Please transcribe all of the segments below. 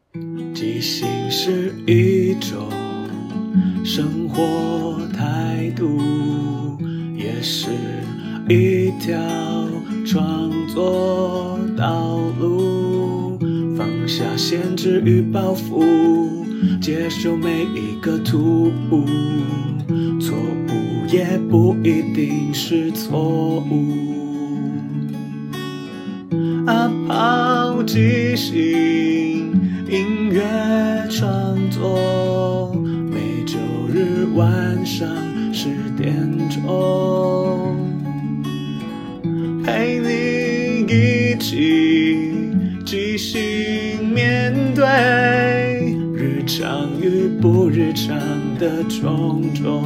即兴是一种生活态度，也是一条创作道路。放下限制与包袱，接受每一个突兀，错误也不一定是错误。阿抛即兴音乐创作，每周日晚上10点钟，陪你一起即兴面对日常与不日常的种种。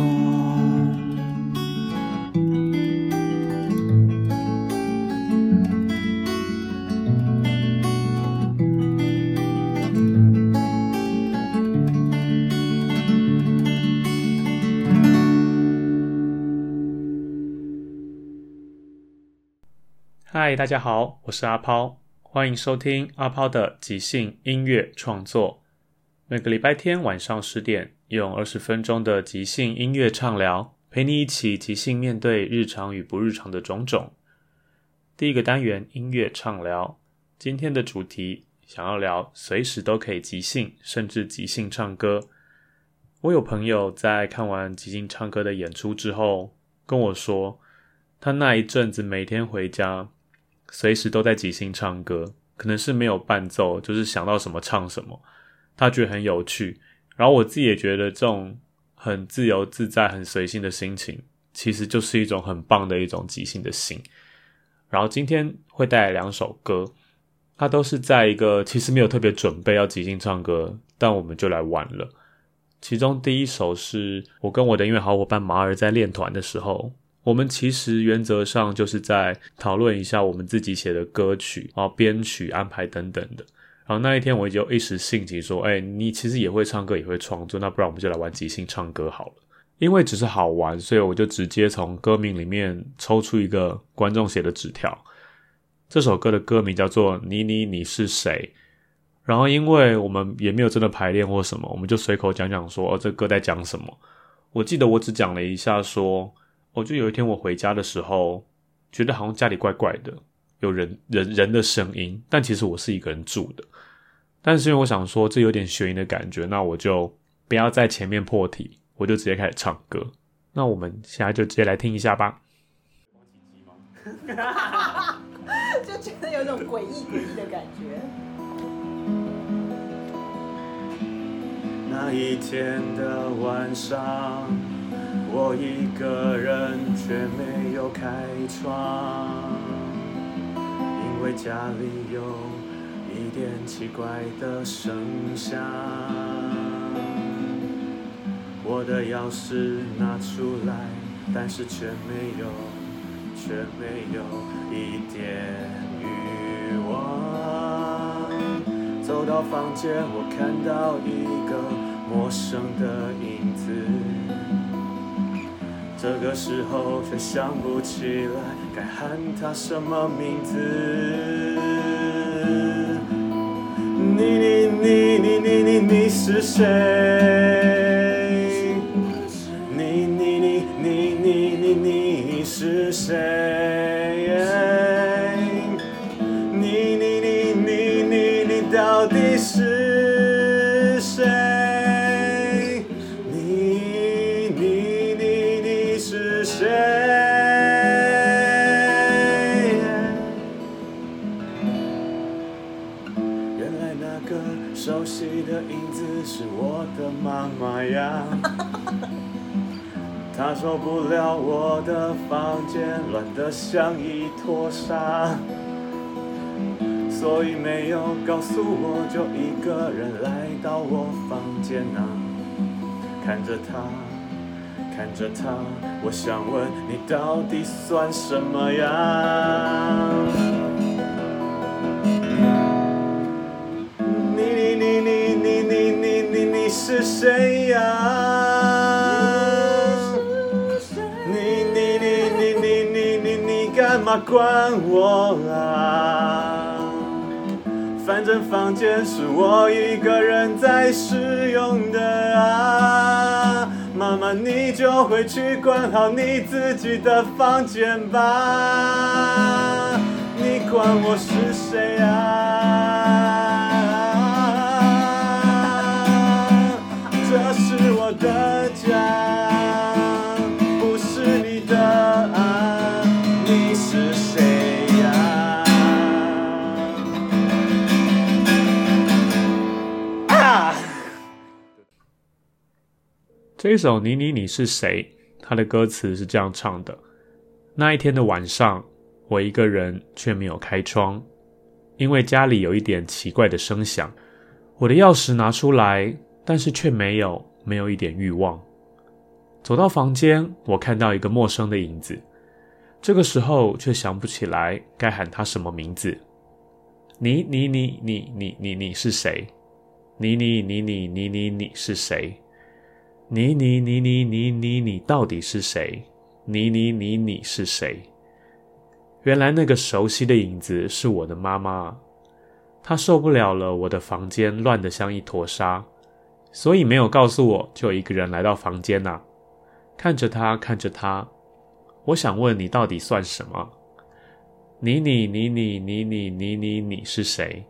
嗨，大家好，我是阿抛，欢迎收听阿抛的即兴音乐创作。每个礼拜天晚上10点，用20分钟的即兴音乐畅聊，陪你一起即兴面对日常与不日常的种种。第一个单元音乐畅聊，今天的主题想要聊随时都可以即兴，甚至即兴唱歌。我有朋友在看完即兴唱歌的演出之后跟我说，他那一阵子每天回家随时都在即兴唱歌，可能是没有伴奏，就是想到什么唱什么，他觉得很有趣。然后我自己也觉得这种很自由自在很随性的心情其实就是一种很棒的一种即兴的心。然后今天会带来2首歌，它都是在一个其实没有特别准备要即兴唱歌，但我们就来玩了。其中第一首是我跟我的音乐好伙伴马尔在练团的时候，我们其实原则上就是在讨论一下我们自己写的歌曲，然后编曲安排等等的。然后那一天我就一时兴起说，你其实也会唱歌也会创作，那不然我们就来玩即兴唱歌好了。因为只是好玩，所以我就直接从歌名里面抽出一个观众写的纸条。这首歌的歌名叫做你是谁。然后因为我们也没有真的排练或什么，我们就随口讲讲说这歌在讲什么。我记得我只讲了一下说，就有一天我回家的时候觉得好像家里怪怪的，有人的声音，但其实我是一个人住的。但是因为我想说这有点悬疑的感觉，那我就不要在前面破题，我就直接开始唱歌。那我们现在就直接来听一下吧。 就觉得有种诡异的感觉。 那一天的晚上，我一个人却没有开窗，因为家里有一点奇怪的声响。我的钥匙拿出来，但是却没有一点欲望。走到房间，我看到一个陌生的影子，这个时候却想不起来该喊他什么名字。你是谁？你是谁？你到底是谁？你是谁？原来那个熟悉的影子是我的妈妈呀。她受不了我的房间乱得像一坨沙，所以没有告诉我，就一个人来到我房间啊。看着她，我想问你到底算什么呀？你是谁呀？你干嘛管我啊？反反正房间是我一个人在使用的啊，妈妈你就回去管好你自己的房间吧，你管我是谁啊？这是我的家，不是你的啊，你是谁呀？啊！ 这一首你你是谁，它的歌词是这样唱的：那一天的晚上，我一个人却没有开窗，因为家里有一点奇怪的声响。我的钥匙拿出来，但是却没有一点欲望。走到房间，我看到一个陌生的影子，这个时候却想不起来该喊他什么名字。你是谁？你是谁？你到底是谁？你是谁？原来那个熟悉的影子是我的妈妈，她受不了了我的房间乱得像一坨沙，所以没有告诉我就一个人来到房间啊。看着她，我想问你到底算什么？你是谁？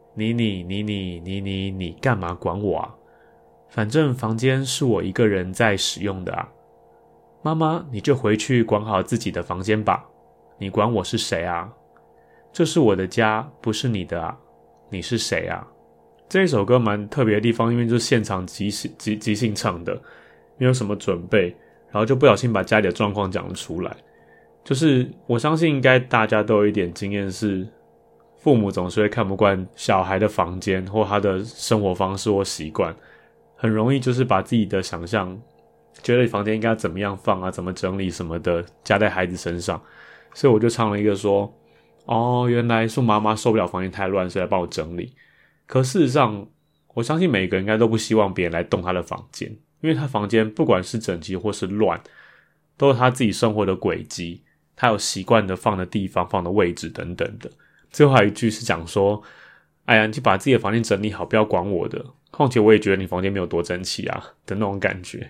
你干嘛管我啊？反正房间是我一个人在使用的啊。妈妈，你就回去管好自己的房间吧，你管我是谁啊？这是我的家，不是你的啊，你是谁啊？这一首歌蛮特别的地方，因为就是现场即兴唱的，没有什么准备，然后就不小心把家里的状况讲了出来。就是我相信应该大家都有一点经验，是父母总是会看不惯小孩的房间或他的生活方式或习惯，很容易就是把自己的想象觉得房间应该怎么样放啊，怎么整理什么的加在孩子身上。所以我就唱了一个说，原来是妈妈受不了房间太乱，所以来帮我整理。可事实上我相信每个人应该都不希望别人来动他的房间，因为他房间不管是整齐或是乱，都有他自己生活的轨迹，他有习惯的放的地方、放的位置等等的。最后还有一句是讲说，哎呀，你就把自己的房间整理好，不要管我的，况且我也觉得你房间没有多整齐啊的那种感觉。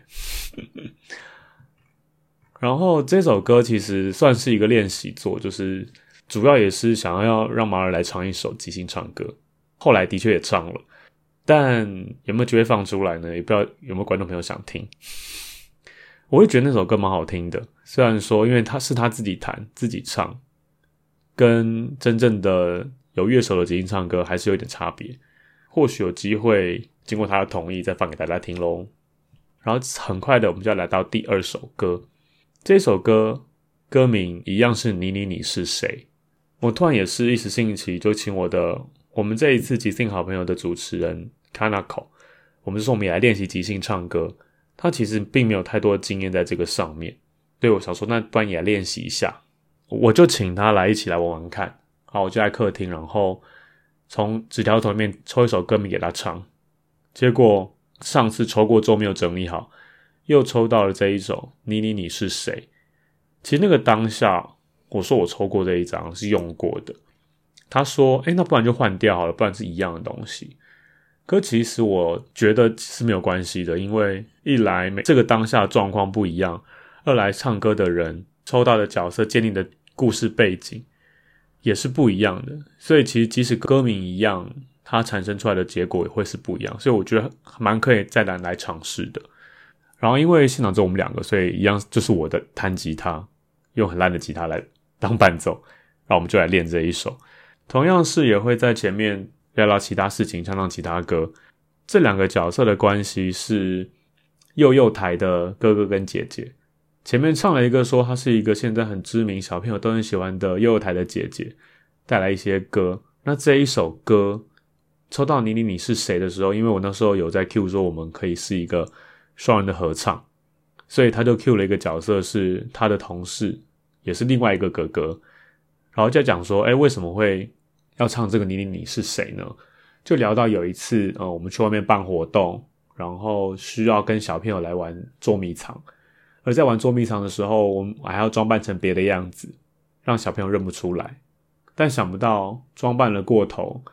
然后这首歌其实算是一个练习作，就是主要也是想要让马尔来唱一首即兴唱歌，后来的确也唱了，但有没有机会放出来呢？也不知道有没有观众朋友想听。我会觉得那首歌蛮好听的，虽然说因为他是他自己弹自己唱，跟真正的有乐手的即兴唱歌还是有点差别，或许有机会经过他的同意再放给大家听咯。然后很快的我们就要来到第二首歌，这首歌歌名一样是你是谁。我突然也是一时兴起，就请我们这一次即兴好朋友的主持人 Kanako， 我们就说我们也来练习即兴唱歌。他其实并没有太多的经验在这个上面，所以我想说那不然也来练习一下，我就请他来一起来玩玩看。好，我就在客厅，然后从纸条筒里面抽一首歌名给他唱，结果上次抽过之后没有整理好，又抽到了这一首你是谁。其实那个当下我说我抽过这一张是用过的，他说那不然就换掉好了，不然是一样的东西。可其实我觉得是没有关系的，因为一来这个当下的状况不一样，二来唱歌的人抽到的角色建立的故事背景也是不一样的，所以其实即使歌名一样，它产生出来的结果也会是不一样，所以我觉得蛮可以再来尝试的。然后因为现场只有我们两个，所以一样就是我的弹吉他，用很烂的吉他来当伴奏，然后我们就来练这一首。同样是也会在前面聊聊其他事情，唱唱其他歌。这两个角色的关系是幼台的哥哥跟姐姐。前面唱了一个说她是一个现在很知名小朋友都很喜欢的幼台的姐姐，带来一些歌。那这一首歌抽到你是谁的时候，因为我那时候有在 cue 说我们可以是一个双人的合唱，所以他就 cue 了一个角色是他的同事，也是另外一个哥哥，然后就讲说为什么会要唱这个你是谁呢？就聊到有一次我们去外面办活动，然后需要跟小朋友来玩捉迷藏，而在玩捉迷藏的时候，我们还要装扮成别的样子，让小朋友认不出来。但想不到装扮了过头，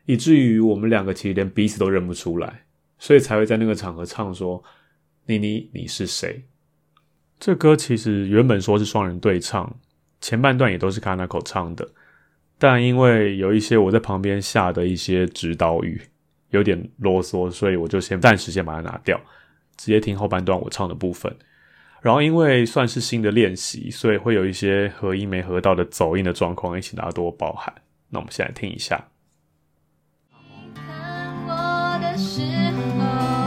以至于我们两个其实连彼此都认不出来，所以才会在那个场合唱说你是谁。这歌其实原本说是双人对唱，前半段也都是 Kanako 唱的，但因为有一些我在旁边下的一些指导语有点啰嗦，所以我就暂时把它拿掉，直接听后半段我唱的部分。然后因为算是新的练习，所以会有一些合音没合到的走音的状况，一起大家多包涵。那我们现在听一下。 看我的时候，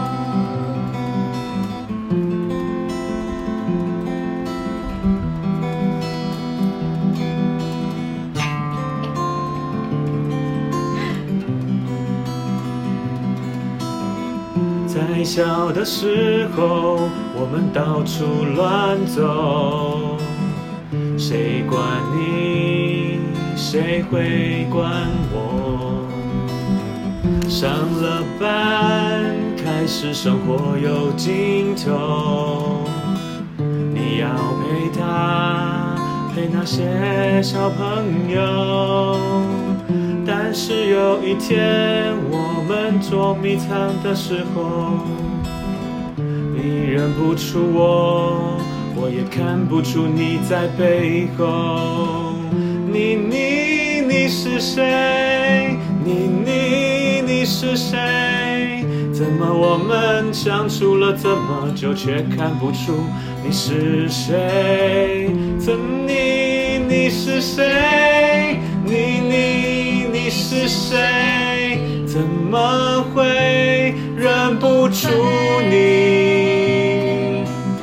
在小的时候，我们到处乱走，谁管你，谁会管我？上了班，开始生活有尽头，你要陪他，陪那些小朋友。但是有一天，我们捉迷藏的时候，你认不出我，我也看不出你在背后。你是谁？你是谁？怎么我们相处了这么久，却看不出你是谁？你是谁？你是谁？怎么会认不出你？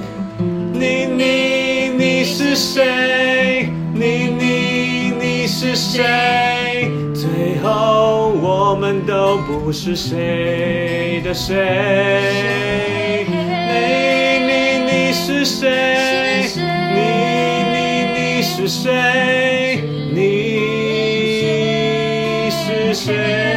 你是谁？你是谁？最后我们都不是谁的谁。你是谁？你是谁？你是谁？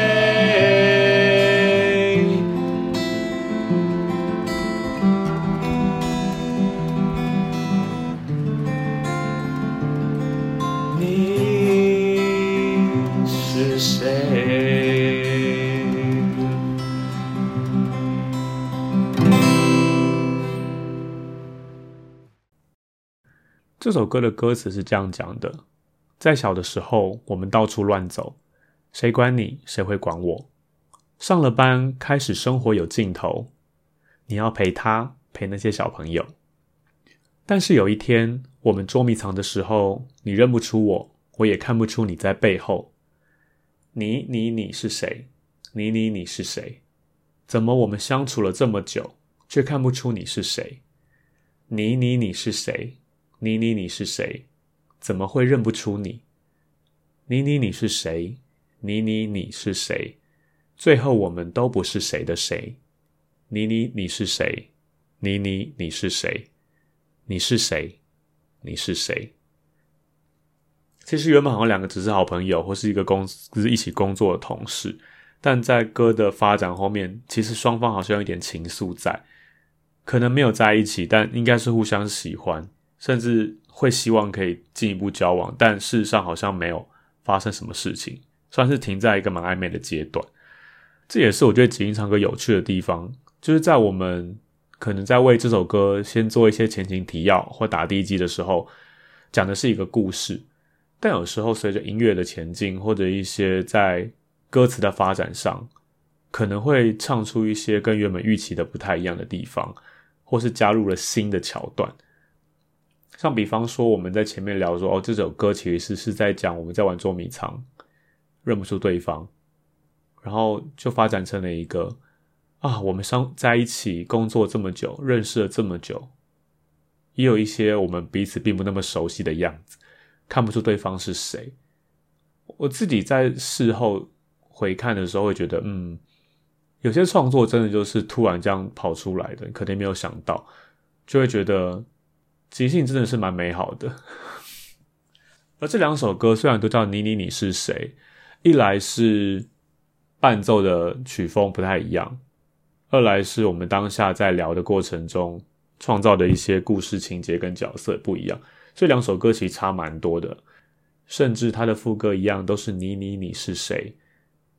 这首歌的歌词是这样讲的：在小的时候，我们到处乱走，谁管你，谁会管我？上了班，开始生活有尽头，你要陪他，陪那些小朋友。但是有一天，我们捉迷藏的时候，你认不出我，我也看不出你在背后。你是谁？你是谁？怎么我们相处了这么久，却看不出你是谁？你是谁？你是谁？怎么会认不出你？你是谁？你是谁？最后我们都不是谁的谁。你是谁？你是谁？你是谁？你是谁？其实原本好像两个只是好朋友，或是一起工作的同事，但在歌的发展后面，其实双方好像有一点情愫在，可能没有在一起，但应该是互相喜欢，甚至会希望可以进一步交往，但事实上好像没有发生什么事情，算是停在一个蛮暧昧的阶段。这也是我觉得即兴唱歌有趣的地方，就是在我们可能在为这首歌先做一些前情提要或打地基的时候，讲的是一个故事，但有时候随着音乐的前进，或者一些在歌词的发展上，可能会唱出一些跟原本预期的不太一样的地方，或是加入了新的桥段。像比方说我们在前面聊说，这首歌其实是在讲我们在玩捉迷藏，认不出对方，然后就发展成了一个我们在一起工作这么久，认识了这么久，也有一些我们彼此并不那么熟悉的样子，看不出对方是谁。我自己在事后回看的时候会觉得有些创作真的就是突然这样跑出来的，可能没有想到，就会觉得即兴真的是蛮美好的。而这两首歌虽然都叫你是谁，一来是伴奏的曲风不太一样，二来是我们当下在聊的过程中创造的一些故事情节跟角色不一样，所以两首歌其实差蛮多的，甚至它的副歌一样都是你是谁，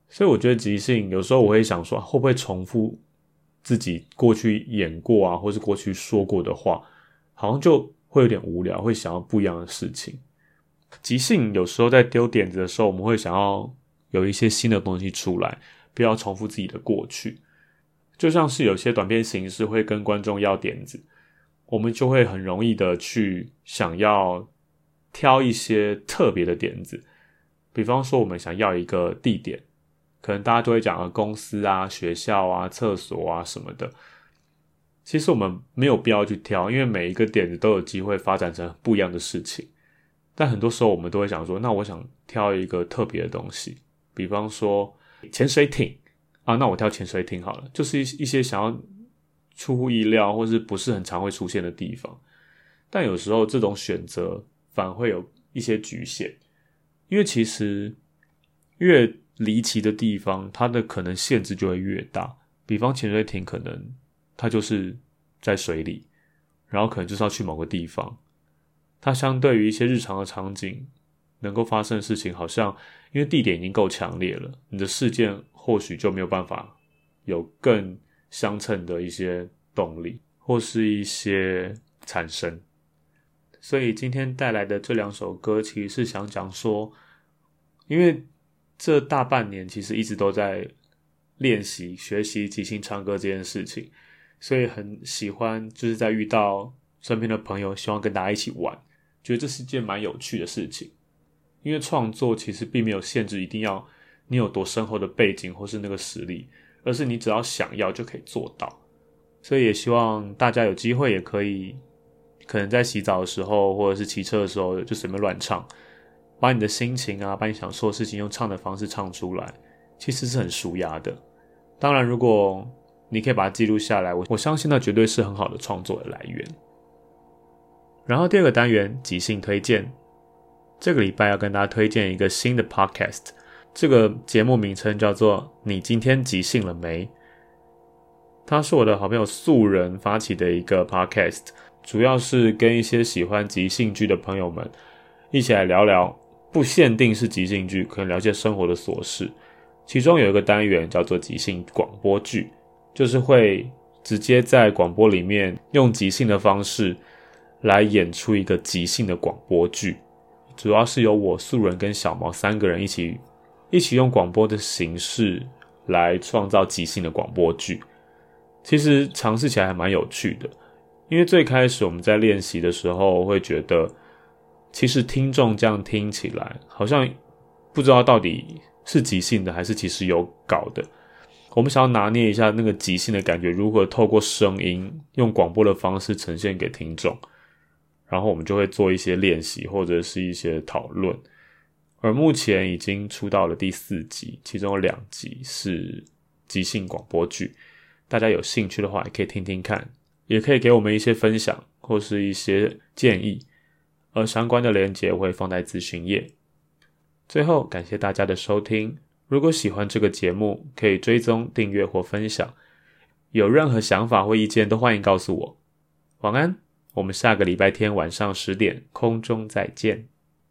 所以我觉得即兴有时候我会想说，会不会重复自己过去演过啊，或是过去说过的话，好像就会有点无聊，会想要不一样的事情。即兴有时候在丢点子的时候，我们会想要有一些新的东西出来，不要重复自己的过去。就像是有些短片形式会跟观众要点子，我们就会很容易的去想要挑一些特别的点子。比方说我们想要一个地点，可能大家都会讲公司啊、学校啊、厕所啊什么的。其实我们没有必要去挑，因为每一个点子都有机会发展成不一样的事情。但很多时候我们都会想说，那我想挑一个特别的东西，比方说潜水艇啊，那我挑潜水艇好了，就是一些想要出乎意料或是不是很常会出现的地方。但有时候这种选择反而会有一些局限，因为其实越离奇的地方，它的可能限制就会越大。比方潜水艇，可能它就是在水里，然后可能就是要去某个地方，它相对于一些日常的场景能够发生的事情，好像因为地点已经够强烈了，你的事件或许就没有办法有更相称的一些动力或是一些产生。所以今天带来的这2首歌其实是想讲说，因为这大半年其实一直都在练习学习即兴唱歌这件事情，所以很喜欢就是在遇到身边的朋友希望跟大家一起玩，觉得这是件蛮有趣的事情。因为创作其实并没有限制一定要你有多深厚的背景或是那个实力，而是你只要想要就可以做到。所以也希望大家有机会也可以可能在洗澡的时候或者是骑车的时候就随便乱唱，把你的心情啊，把你想说的事情用唱的方式唱出来，其实是很抒压的。当然如果你可以把它记录下来，我相信那绝对是很好的创作的来源。然后第2个单元即兴推荐，这个礼拜要跟大家推荐一个新的 podcast， 这个节目名称叫做你今天即兴了没。它是我的好朋友素人发起的一个 podcast， 主要是跟一些喜欢即兴剧的朋友们一起来聊聊，不限定是即兴剧，可能聊些生活的琐事。其中有一个单元叫做即兴广播剧，就是会直接在广播里面用即兴的方式来演出一个即兴的广播剧，主要是由我素人跟小毛3个人一起用广播的形式来创造即兴的广播剧。其实尝试起来还蛮有趣的，因为最开始我们在练习的时候会觉得，其实听众这样听起来好像不知道到底是即兴的还是其实有稿的。我们想要拿捏一下那个即兴的感觉，如何透过声音用广播的方式呈现给听众，然后我们就会做一些练习或者是一些讨论。而目前已经出到了第4集，其中有2集是即兴广播剧，大家有兴趣的话也可以听听看，也可以给我们一些分享或是一些建议，而相关的连结我会放在资讯页。最后感谢大家的收听，如果喜欢这个节目可以追踪订阅或分享，有任何想法或意见都欢迎告诉我。晚安，我们下个礼拜天晚上10点空中再见。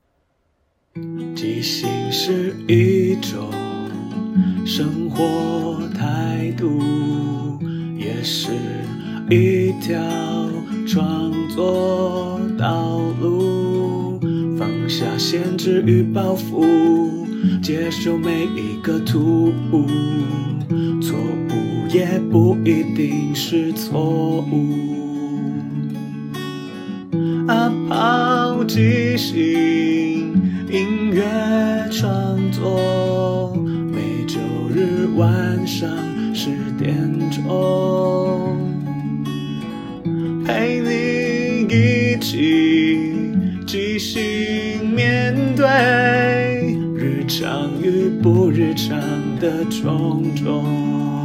即兴是一种生活态度，也是一条创作道路。放下限制与包袱，接受每一个突兀，错误也不一定是错误。阿抛即兴音乐创作，每周日晚上10点钟，陪你一起即兴面对日常与不日常的种种。